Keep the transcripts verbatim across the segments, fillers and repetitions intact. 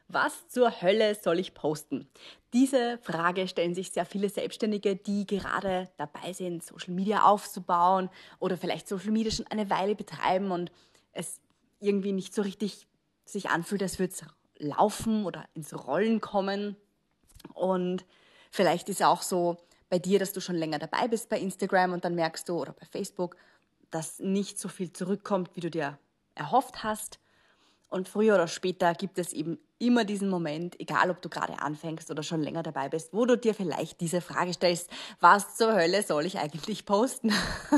Was zur Hölle soll ich posten? Diese Frage stellen sich sehr viele Selbstständige, die gerade dabei sind, Social Media aufzubauen oder vielleicht Social Media schon eine Weile betreiben und es irgendwie nicht so richtig sich anfühlt, als würde es laufen oder ins Rollen kommen. Und vielleicht ist es auch so bei dir, dass du schon länger dabei bist bei Instagram und dann merkst du oder bei Facebook, dass nicht so viel zurückkommt, wie du dir erhofft hast. Und früher oder später gibt es eben immer diesen Moment, egal ob du gerade anfängst oder schon länger dabei bist, wo du dir vielleicht diese Frage stellst, was zur Hölle soll ich eigentlich posten?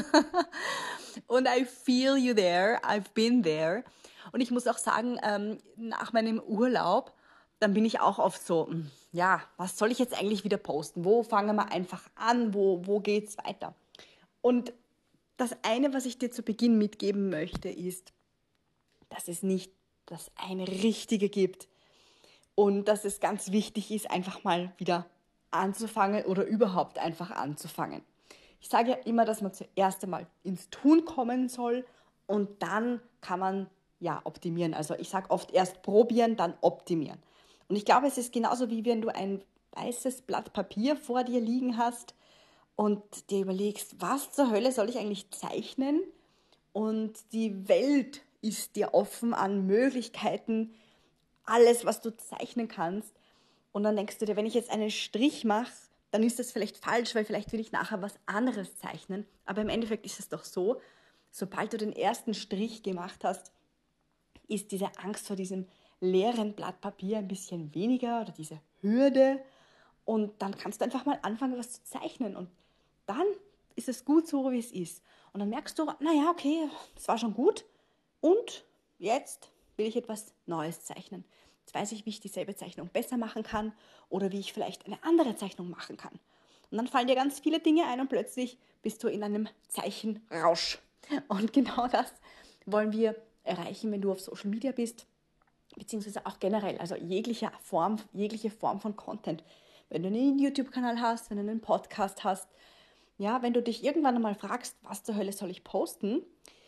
Und I feel you there, I've been there. Und ich muss auch sagen, ähm, nach meinem Urlaub, dann bin ich auch oft so, hm, ja, was soll ich jetzt eigentlich wieder posten? Wo fangen wir einfach an? Wo, wo geht's weiter? Und das eine, was ich dir zu Beginn mitgeben möchte, ist, dass es nicht das eine Richtige gibt und dass es ganz wichtig ist, einfach mal wieder anzufangen oder überhaupt einfach anzufangen. Ich sage ja immer, dass man zuerst einmal ins Tun kommen soll und dann kann man ja optimieren. Also ich sage oft erst probieren, dann optimieren. Und ich glaube, es ist genauso wie wenn du ein weißes Blatt Papier vor dir liegen hast und dir überlegst, was zur Hölle soll ich eigentlich zeichnen? Und die Welt ist dir offen an Möglichkeiten, alles, was du zeichnen kannst. Und dann denkst du dir, wenn ich jetzt einen Strich mache, dann ist das vielleicht falsch, weil vielleicht will ich nachher was anderes zeichnen. Aber im Endeffekt ist es doch so, sobald du den ersten Strich gemacht hast, ist diese Angst vor diesem leeren Blatt Papier ein bisschen weniger oder diese Hürde. Und dann kannst du einfach mal anfangen, was zu zeichnen. Und dann ist es gut so, wie es ist. Und dann merkst du, naja, okay, das war schon gut. Und jetzt will ich etwas Neues zeichnen. Jetzt weiß ich, wie ich dieselbe Zeichnung besser machen kann oder wie ich vielleicht eine andere Zeichnung machen kann. Und dann fallen dir ganz viele Dinge ein und plötzlich bist du in einem Zeichenrausch. Und genau das wollen wir erreichen, wenn du auf Social Media bist, beziehungsweise auch generell, also jegliche Form, jegliche Form von Content. Wenn du einen YouTube-Kanal hast, wenn du einen Podcast hast, ja, wenn du dich irgendwann einmal fragst, was zur Hölle soll ich posten,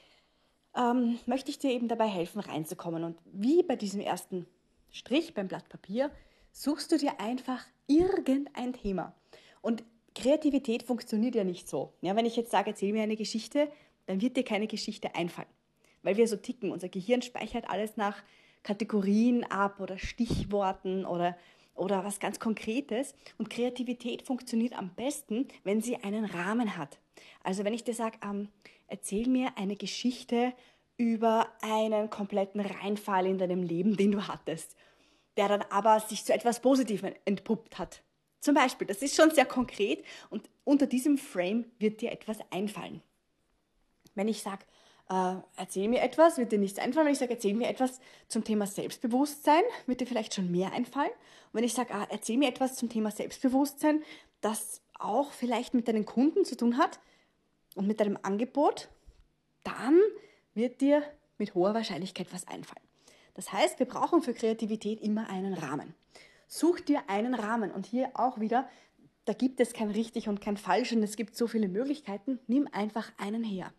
ähm, möchte ich dir eben dabei helfen, reinzukommen. Und wie bei diesem ersten Strich beim Blatt Papier, suchst du dir einfach irgendein Thema. Und Kreativität funktioniert ja nicht so. Ja, wenn ich jetzt sage, erzähl mir eine Geschichte, dann wird dir keine Geschichte einfallen. Weil wir so ticken. Unser Gehirn speichert alles nach Kategorien ab oder Stichworten oder, oder was ganz Konkretes. Und Kreativität funktioniert am besten, wenn sie einen Rahmen hat. Also wenn ich dir sage, ähm, erzähl mir eine Geschichte über einen kompletten Reinfall in deinem Leben, den du hattest, der dann aber sich zu etwas Positivem entpuppt hat. Zum Beispiel, das ist schon sehr konkret und unter diesem Frame wird dir etwas einfallen. Wenn ich sage, äh, erzähl mir etwas, wird dir nichts einfallen. Wenn ich sage, erzähl mir etwas zum Thema Selbstbewusstsein, wird dir vielleicht schon mehr einfallen. Und wenn ich sage, ah, erzähl mir etwas zum Thema Selbstbewusstsein, das auch vielleicht mit deinen Kunden zu tun hat und mit deinem Angebot, dann wird dir mit hoher Wahrscheinlichkeit was einfallen. Das heißt, wir brauchen für Kreativität immer einen Rahmen. Such dir einen Rahmen und hier auch wieder, da gibt es kein richtig und kein falsch und es gibt so viele Möglichkeiten, nimm einfach einen her.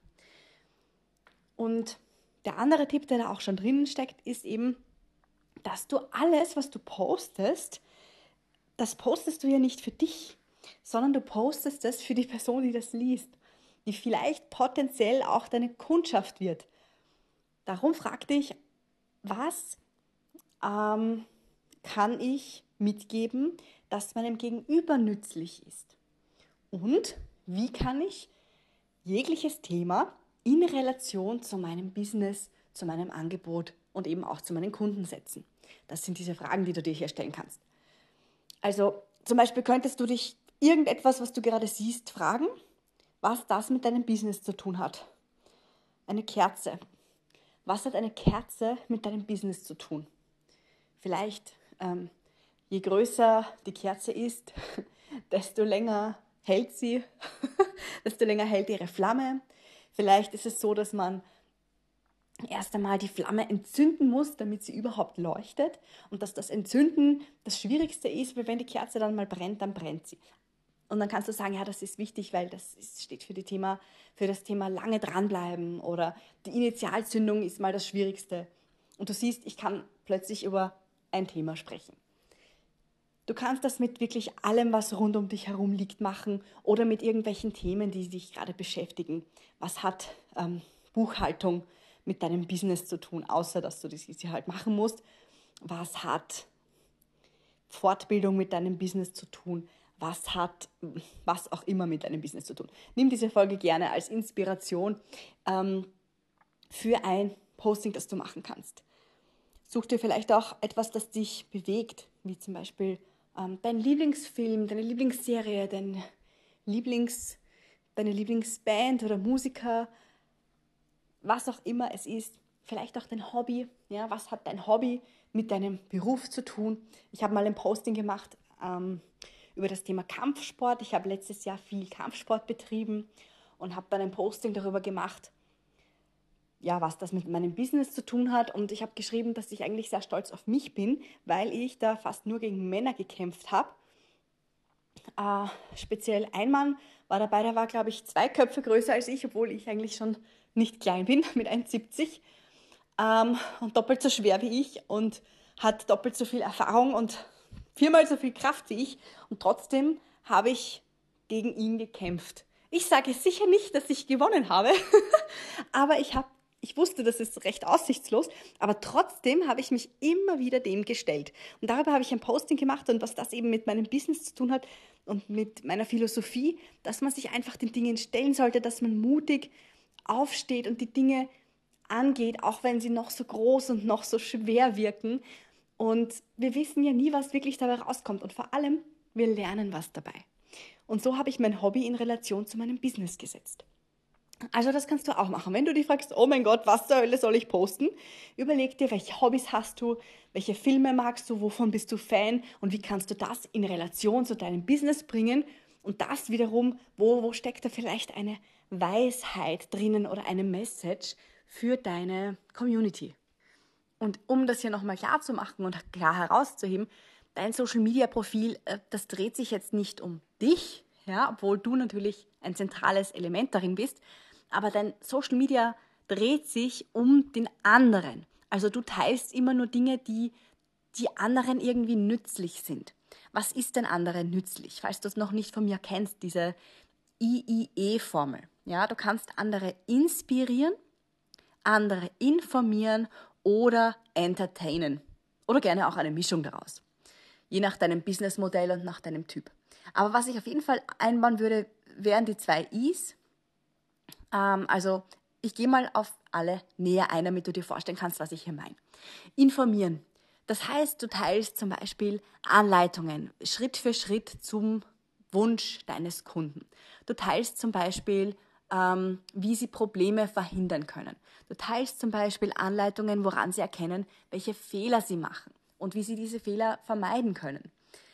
Und der andere Tipp, der da auch schon drinnen steckt, ist eben, dass du alles, was du postest, das postest du ja nicht für dich, sondern du postest das für die Person, die das liest, die vielleicht potenziell auch deine Kundschaft wird. Darum frag dich, was ähm, kann ich mitgeben, das meinem Gegenüber nützlich ist? Und wie kann ich jegliches Thema in Relation zu meinem Business, zu meinem Angebot und eben auch zu meinen Kunden setzen? Das sind diese Fragen, die du dir hier stellen kannst. Also zum Beispiel könntest du dich irgendetwas, was du gerade siehst, fragen, was das mit deinem Business zu tun hat. Eine Kerze. Was hat eine Kerze mit deinem Business zu tun? Vielleicht, ähm, je größer die Kerze ist, desto länger hält sie, desto länger hält ihre Flamme. Vielleicht ist es so, dass man erst einmal die Flamme entzünden muss, damit sie überhaupt leuchtet und dass das Entzünden das Schwierigste ist, weil wenn die Kerze dann mal brennt, dann brennt sie. Und dann kannst du sagen, ja, das ist wichtig, weil das ist, steht für, die Thema, für das Thema lange dranbleiben oder die Initialzündung ist mal das Schwierigste. Und du siehst, ich kann plötzlich über ein Thema sprechen. Du kannst das mit wirklich allem, was rund um dich herum liegt, machen oder mit irgendwelchen Themen, die dich gerade beschäftigen. Was hat ähm, Buchhaltung mit deinem Business zu tun, außer dass du das jetzt halt machen musst? Was hat Fortbildung mit deinem Business zu tun? Was hat was auch immer mit deinem Business zu tun? Nimm diese Folge gerne als Inspiration ähm, für ein Posting, das du machen kannst. Such dir vielleicht auch etwas, das dich bewegt, wie zum Beispiel ähm, dein Lieblingsfilm, deine Lieblingsserie, dein Lieblings, deine Lieblingsband oder Musiker, was auch immer es ist. Vielleicht auch dein Hobby. Ja, was hat dein Hobby mit deinem Beruf zu tun? Ich habe mal ein Posting gemacht ähm, über das Thema Kampfsport. Ich habe letztes Jahr viel Kampfsport betrieben und habe dann ein Posting darüber gemacht, ja, was das mit meinem Business zu tun hat. Und ich habe geschrieben, dass ich eigentlich sehr stolz auf mich bin, weil ich da fast nur gegen Männer gekämpft habe. Äh, speziell ein Mann war dabei, der war, glaube ich, zwei Köpfe größer als ich, obwohl ich eigentlich schon nicht klein bin, mit eins Komma siebzig ähm, und doppelt so schwer wie ich und hat doppelt so viel Erfahrung und viermal so viel Kraft wie ich. Und trotzdem habe ich gegen ihn gekämpft. Ich sage sicher nicht, dass ich gewonnen habe, aber ich habe Ich wusste, das ist recht aussichtslos, aber trotzdem habe ich mich immer wieder dem gestellt. Und darüber habe ich ein Posting gemacht und was das eben mit meinem Business zu tun hat und mit meiner Philosophie, dass man sich einfach den Dingen stellen sollte, dass man mutig aufsteht und die Dinge angeht, auch wenn sie noch so groß und noch so schwer wirken. Und wir wissen ja nie, was wirklich dabei rauskommt. Und vor allem, wir lernen was dabei. Und so habe ich mein Hobby in Relation zu meinem Business gesetzt. Also das kannst du auch machen. Wenn du dich fragst, oh mein Gott, was zur Hölle soll ich posten? Überleg dir, welche Hobbys hast du, welche Filme magst du, wovon bist du Fan und wie kannst du das in Relation zu deinem Business bringen? Und das wiederum, wo, wo steckt da vielleicht eine Weisheit drinnen oder eine Message für deine Community? Und um das hier nochmal klar zu machen und klar herauszuheben, dein Social-Media-Profil, das dreht sich jetzt nicht um dich, ja, obwohl du natürlich ein zentrales Element darin bist, aber dein Social Media dreht sich um den anderen. Also du teilst immer nur Dinge, die die anderen irgendwie nützlich sind. Was ist denn anderen nützlich? Falls du es noch nicht von mir kennst, diese I I E-Formel. Ja, du kannst andere inspirieren, andere informieren oder entertainen. Oder gerne auch eine Mischung daraus. Je nach deinem Businessmodell und nach deinem Typ. Aber was ich auf jeden Fall einbauen würde, wären die zwei Is. Ähm, also ich gehe mal auf alle näher ein, damit du dir vorstellen kannst, was ich hier meine. Informieren. Das heißt, du teilst zum Beispiel Anleitungen, Schritt für Schritt zum Wunsch deines Kunden. Du teilst zum Beispiel, ähm, wie sie Probleme verhindern können. Du teilst zum Beispiel Anleitungen, woran sie erkennen, welche Fehler sie machen und wie sie diese Fehler vermeiden können.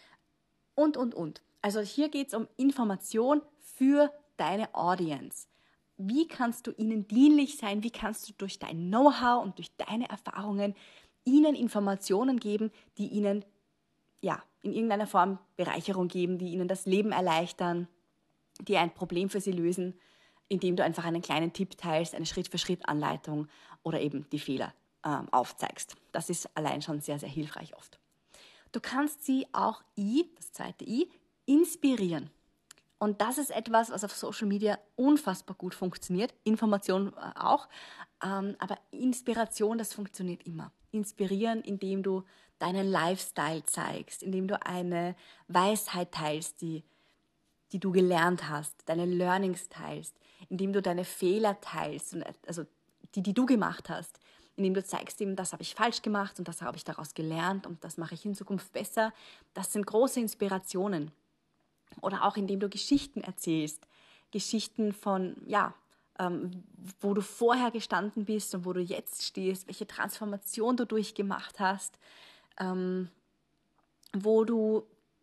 Und, und, und. Also hier geht es um Information für deine Audience. Wie kannst du ihnen dienlich sein? Wie kannst du durch dein Know-how und durch deine Erfahrungen ihnen Informationen geben, die ihnen ja, in irgendeiner Form Bereicherung geben, die ihnen das Leben erleichtern, die ein Problem für sie lösen, indem du einfach einen kleinen Tipp teilst, eine Schritt-für-Schritt-Anleitung oder eben die Fehler ähm, aufzeigst. Das ist allein schon sehr, sehr hilfreich oft. Du kannst sie auch I, das zweite I, inspirieren. Und das ist etwas, was auf Social Media unfassbar gut funktioniert. Information auch. Ähm, aber Inspiration, das funktioniert immer. Inspirieren, indem du deinen Lifestyle zeigst, indem du eine Weisheit teilst, die, die du gelernt hast, deine Learnings teilst, indem du deine Fehler teilst, also die, die du gemacht hast, indem du zeigst ihm, das habe ich falsch gemacht und das habe ich daraus gelernt und das mache ich in Zukunft besser. Das sind große Inspirationen. Oder auch indem du Geschichten erzählst, Geschichten von, ja, ähm, wo du vorher gestanden bist und wo du jetzt stehst, welche Transformation du durchgemacht hast, ähm, wo du,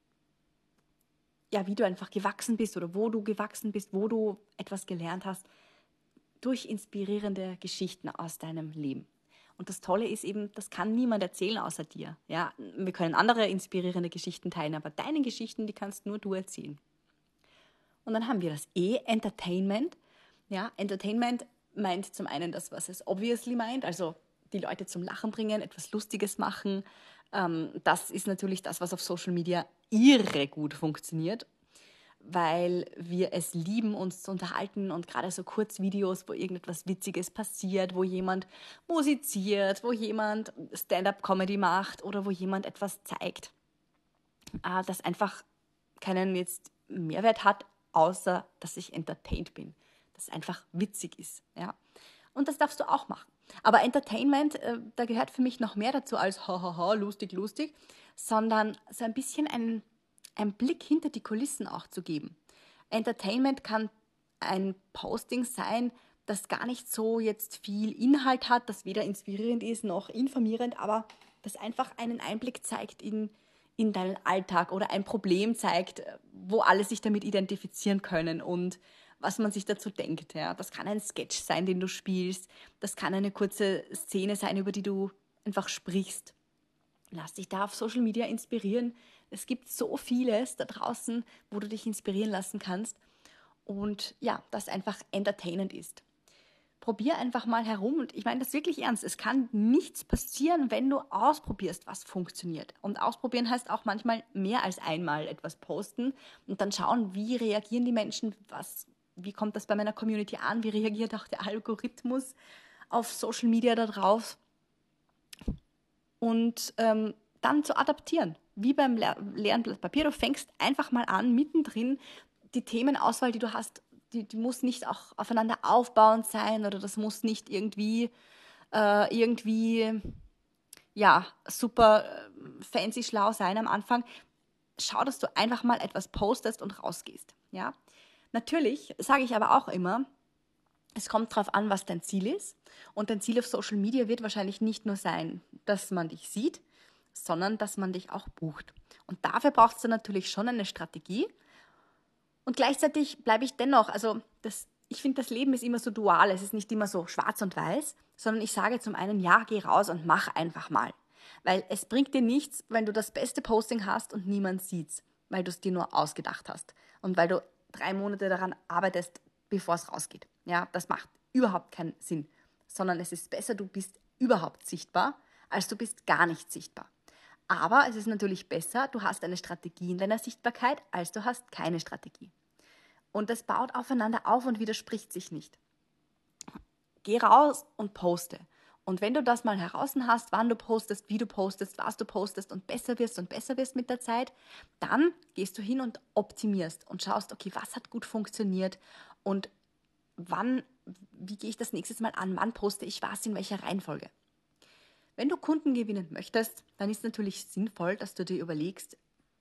ja, wie du einfach gewachsen bist oder wo du gewachsen bist, wo du etwas gelernt hast, durch inspirierende Geschichten aus deinem Leben. Und das Tolle ist eben, das kann niemand erzählen außer dir. Ja, wir können andere inspirierende Geschichten teilen, aber deine Geschichten, die kannst nur du erzählen. Und dann haben wir das E, Entertainment. Ja, Entertainment meint zum einen das, was es obviously meint, also die Leute zum Lachen bringen, etwas Lustiges machen, Ähm, das ist natürlich das, was auf Social Media irre gut funktioniert, weil wir es lieben, uns zu unterhalten und gerade so Kurzvideos, wo irgendetwas Witziges passiert, wo jemand musiziert, wo jemand Stand-up-Comedy macht oder wo jemand etwas zeigt, äh, das einfach keinen jetzt Mehrwert hat, außer dass ich entertained bin, dass es einfach witzig ist. Ja? Und das darfst du auch machen. Aber Entertainment, äh, da gehört für mich noch mehr dazu als hahaha, lustig, lustig, sondern so ein bisschen ein, ein Blick hinter die Kulissen auch zu geben. Entertainment kann ein Posting sein, das gar nicht so jetzt viel Inhalt hat, das weder inspirierend ist noch informierend, aber das einfach einen Einblick zeigt in, in deinen Alltag oder ein Problem zeigt, wo alle sich damit identifizieren können und was man sich dazu denkt. Ja. Das kann ein Sketch sein, den du spielst. Das kann eine kurze Szene sein, über die du einfach sprichst. Lass dich da auf Social Media inspirieren. Es gibt so vieles da draußen, wo du dich inspirieren lassen kannst. Und ja, das einfach entertainend ist. Probier einfach mal herum und ich meine das wirklich ernst. Es kann nichts passieren, wenn du ausprobierst, was funktioniert. Und ausprobieren heißt auch manchmal mehr als einmal etwas posten und dann schauen, wie reagieren die Menschen, was, wie kommt das bei meiner Community an, wie reagiert auch der Algorithmus auf Social Media da drauf und ähm, dann zu adaptieren. Wie beim Le- leeren Blatt Papier, du fängst einfach mal an, mittendrin die Themenauswahl, die du hast, die, die muss nicht auch aufeinander aufbauend sein oder das muss nicht irgendwie, äh, irgendwie ja, super äh, fancy schlau sein am Anfang. Schau, dass du einfach mal etwas postest und rausgehst. Ja? Natürlich sage ich aber auch immer, es kommt darauf an, was dein Ziel ist. Und dein Ziel auf Social Media wird wahrscheinlich nicht nur sein, dass man dich sieht, sondern dass man dich auch bucht. Und dafür brauchst du natürlich schon eine Strategie. Und gleichzeitig bleibe ich dennoch, also das, ich finde, das Leben ist immer so dual, es ist nicht immer so schwarz und weiß, sondern ich sage zum einen, ja, geh raus und mach einfach mal. Weil es bringt dir nichts, wenn du das beste Posting hast und niemand sieht's, weil du es dir nur ausgedacht hast und weil du drei Monate daran arbeitest, bevor es rausgeht. Ja, das macht überhaupt keinen Sinn, sondern es ist besser, du bist überhaupt sichtbar, als du bist gar nicht sichtbar. Aber es ist natürlich besser, du hast eine Strategie in deiner Sichtbarkeit, als du hast keine Strategie. Und das baut aufeinander auf und widerspricht sich nicht. Geh raus und poste. Und wenn du das mal heraus hast, wann du postest, wie du postest, was du postest und besser wirst und besser wirst mit der Zeit, dann gehst du hin und optimierst und schaust, okay, was hat gut funktioniert und wann, wie gehe ich das nächstes Mal an, wann poste ich was, in welcher Reihenfolge. Wenn du Kunden gewinnen möchtest, dann ist natürlich sinnvoll, dass du dir überlegst,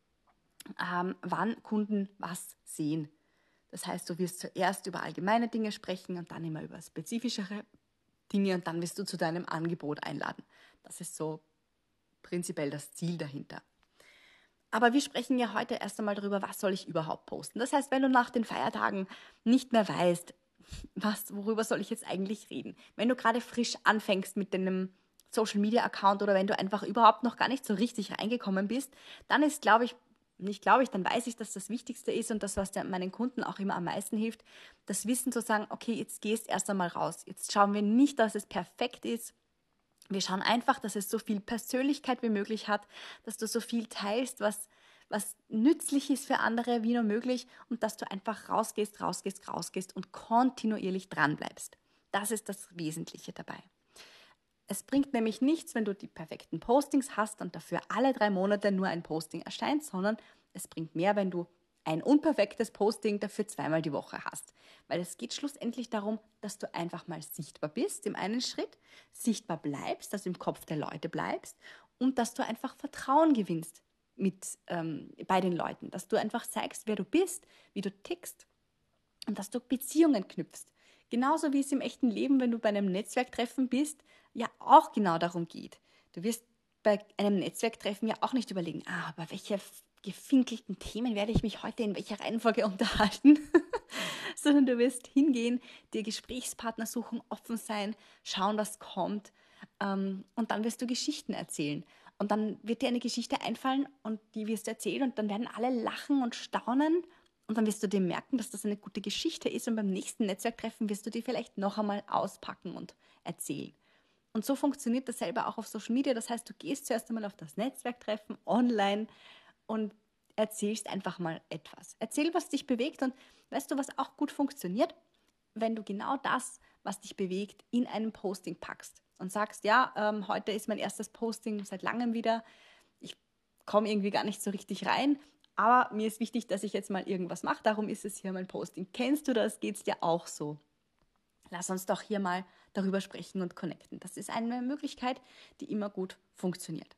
ähm, wann Kunden was sehen. Das heißt, du wirst zuerst über allgemeine Dinge sprechen und dann immer über spezifischere Dinge und dann wirst du zu deinem Angebot einladen. Das ist so prinzipiell das Ziel dahinter. Aber wir sprechen ja heute erst einmal darüber, was soll ich überhaupt posten. Das heißt, wenn du nach den Feiertagen nicht mehr weißt, was, worüber soll ich jetzt eigentlich reden, wenn du gerade frisch anfängst mit deinem Social-Media-Account oder wenn du einfach überhaupt noch gar nicht so richtig reingekommen bist, dann ist, glaube ich, nicht glaube ich, dann weiß ich, dass das Wichtigste ist und das, was der, meinen Kunden auch immer am meisten hilft, das Wissen zu sagen, okay, jetzt gehst erst einmal raus. Jetzt schauen wir nicht, dass es perfekt ist. Wir schauen einfach, dass es so viel Persönlichkeit wie möglich hat, dass du so viel teilst, was, was nützlich ist für andere wie nur möglich und dass du einfach rausgehst, rausgehst, rausgehst und kontinuierlich dran bleibst. Das ist das Wesentliche dabei. Es bringt nämlich nichts, wenn du die perfekten Postings hast und dafür alle drei Monate nur ein Posting erscheint, sondern es bringt mehr, wenn du ein unperfektes Posting dafür zweimal die Woche hast. Weil es geht schlussendlich darum, dass du einfach mal sichtbar bist im einen Schritt, sichtbar bleibst, dass du im Kopf der Leute bleibst und dass du einfach Vertrauen gewinnst mit, ähm, bei den Leuten, dass du einfach zeigst, wer du bist, wie du tickst und dass du Beziehungen knüpfst. Genauso wie es im echten Leben, wenn du bei einem Netzwerktreffen bist, ja auch genau darum geht. Du wirst bei einem Netzwerktreffen ja auch nicht überlegen, ah, über welche gefinkelten Themen werde ich mich heute in welcher Reihenfolge unterhalten, sondern du wirst hingehen, dir Gesprächspartner suchen, offen sein, schauen, was kommt ähm, und dann wirst du Geschichten erzählen. Und dann wird dir eine Geschichte einfallen und die wirst du erzählen und dann werden alle lachen und staunen und dann wirst du dir merken, dass das eine gute Geschichte ist und beim nächsten Netzwerktreffen wirst du die vielleicht noch einmal auspacken und erzählen. Und so funktioniert das selber auch auf Social Media. Das heißt, du gehst zuerst einmal auf das Netzwerktreffen online und erzählst einfach mal etwas. Erzähl, was dich bewegt, und weißt du, was auch gut funktioniert? Wenn du genau das, was dich bewegt, in einem Posting packst und sagst, ja, ähm, heute ist mein erstes Posting seit langem wieder, ich komme irgendwie gar nicht so richtig rein, aber mir ist wichtig, dass ich jetzt mal irgendwas mache, darum ist es hier mein Posting. Kennst du das? Geht es dir auch so? Lass uns doch hier mal darüber sprechen und connecten. Das ist eine Möglichkeit, die immer gut funktioniert.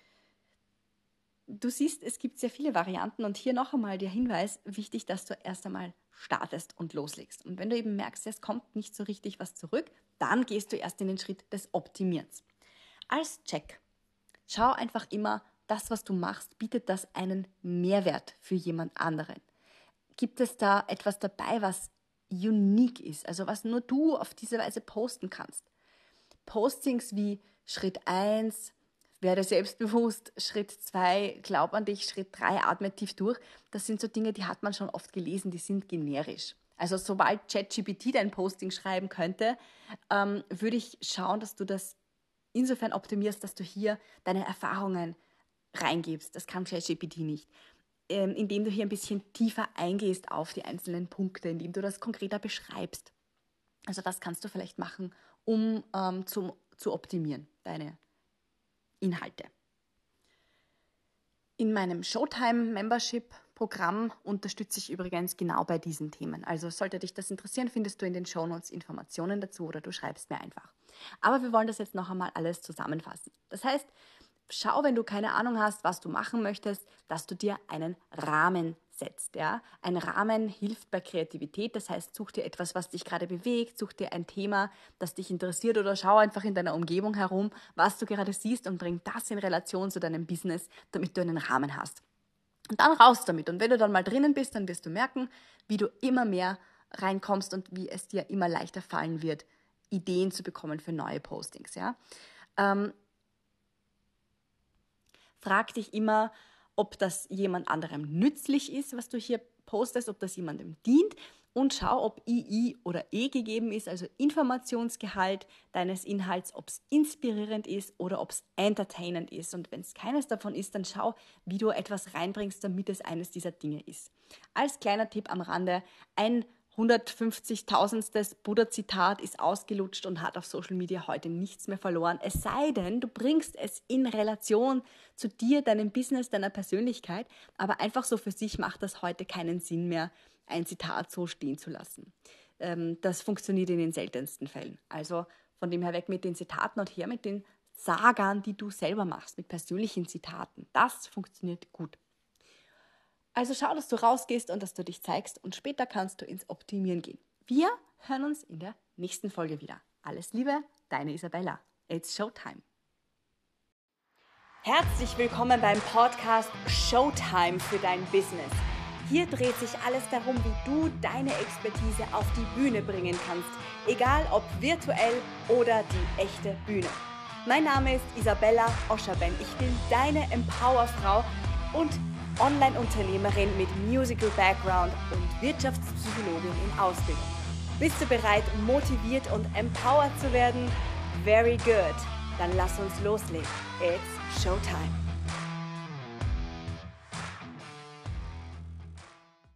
Du siehst, es gibt sehr viele Varianten, und hier noch einmal der Hinweis, wichtig, dass du erst einmal startest und loslegst. Und wenn du eben merkst, es kommt nicht so richtig was zurück, dann gehst du erst in den Schritt des Optimierens. Als Check, schau einfach immer, das, was du machst, bietet das einen Mehrwert für jemand anderen? Gibt es da etwas dabei, was unique ist, also was nur du auf diese Weise posten kannst? Postings wie Schritt eins, werde selbstbewusst, Schritt zwei, glaub an dich, Schritt drei, atme tief durch, das sind so Dinge, die hat man schon oft gelesen, die sind generisch. Also sobald ChatGPT dein Posting schreiben könnte, ähm, würde ich schauen, dass du das insofern optimierst, dass du hier deine Erfahrungen reingibst. Das kann ChatGPT nicht. Ähm, indem du hier ein bisschen tiefer eingehst auf die einzelnen Punkte, indem du das konkreter beschreibst. Also das kannst du vielleicht machen, um ähm, zum, zu optimieren, deine Inhalte. In meinem Showtime-Membership-Programm unterstütze ich übrigens genau bei diesen Themen. Also sollte dich das interessieren, findest du in den Shownotes Informationen dazu oder du schreibst mir einfach. Aber wir wollen das jetzt noch einmal alles zusammenfassen. Das heißt, schau, wenn du keine Ahnung hast, was du machen möchtest, dass du dir einen Rahmen setzt. Ja? Ein Rahmen hilft bei Kreativität, das heißt, such dir etwas, was dich gerade bewegt, such dir ein Thema, das dich interessiert, oder schau einfach in deiner Umgebung herum, was du gerade siehst, und bring das in Relation zu deinem Business, damit du einen Rahmen hast. Und dann raus damit. Und wenn du dann mal drinnen bist, dann wirst du merken, wie du immer mehr reinkommst und wie es dir immer leichter fallen wird, Ideen zu bekommen für neue Postings. Ja? Ähm, Frag dich immer, ob das jemand anderem nützlich ist, was du hier postest, ob das jemandem dient, und schau, ob I I oder E gegeben ist, also Informationsgehalt deines Inhalts, ob es inspirierend ist oder ob es entertainend ist. Und wenn es keines davon ist, dann schau, wie du etwas reinbringst, damit es eines dieser Dinge ist. Als kleiner Tipp am Rande, ein hundertfünfzigtausendstes Buddha-Zitat ist ausgelutscht und hat auf Social Media heute nichts mehr verloren. Es sei denn, du bringst es in Relation zu dir, deinem Business, deiner Persönlichkeit, aber einfach so für sich macht das heute keinen Sinn mehr, ein Zitat so stehen zu lassen. Das funktioniert in den seltensten Fällen. Also von dem her weg mit den Zitaten und her mit den Sagern, die du selber machst, mit persönlichen Zitaten. Das funktioniert gut. Also schau, dass du rausgehst und dass du dich zeigst, und später kannst du ins Optimieren gehen. Wir hören uns in der nächsten Folge wieder. Alles Liebe, deine Isabella. It's Showtime. Herzlich willkommen beim Podcast Showtime für dein Business. Hier dreht sich alles darum, wie du deine Expertise auf die Bühne bringen kannst, egal ob virtuell oder die echte Bühne. Mein Name ist Isabella Oscherben. Ich bin deine Empowerfrau und Online-Unternehmerin mit Musical-Background und Wirtschaftspsychologin in Ausbildung. Bist du bereit, motiviert und empowered zu werden? Very good. Dann lass uns loslegen. It's Showtime.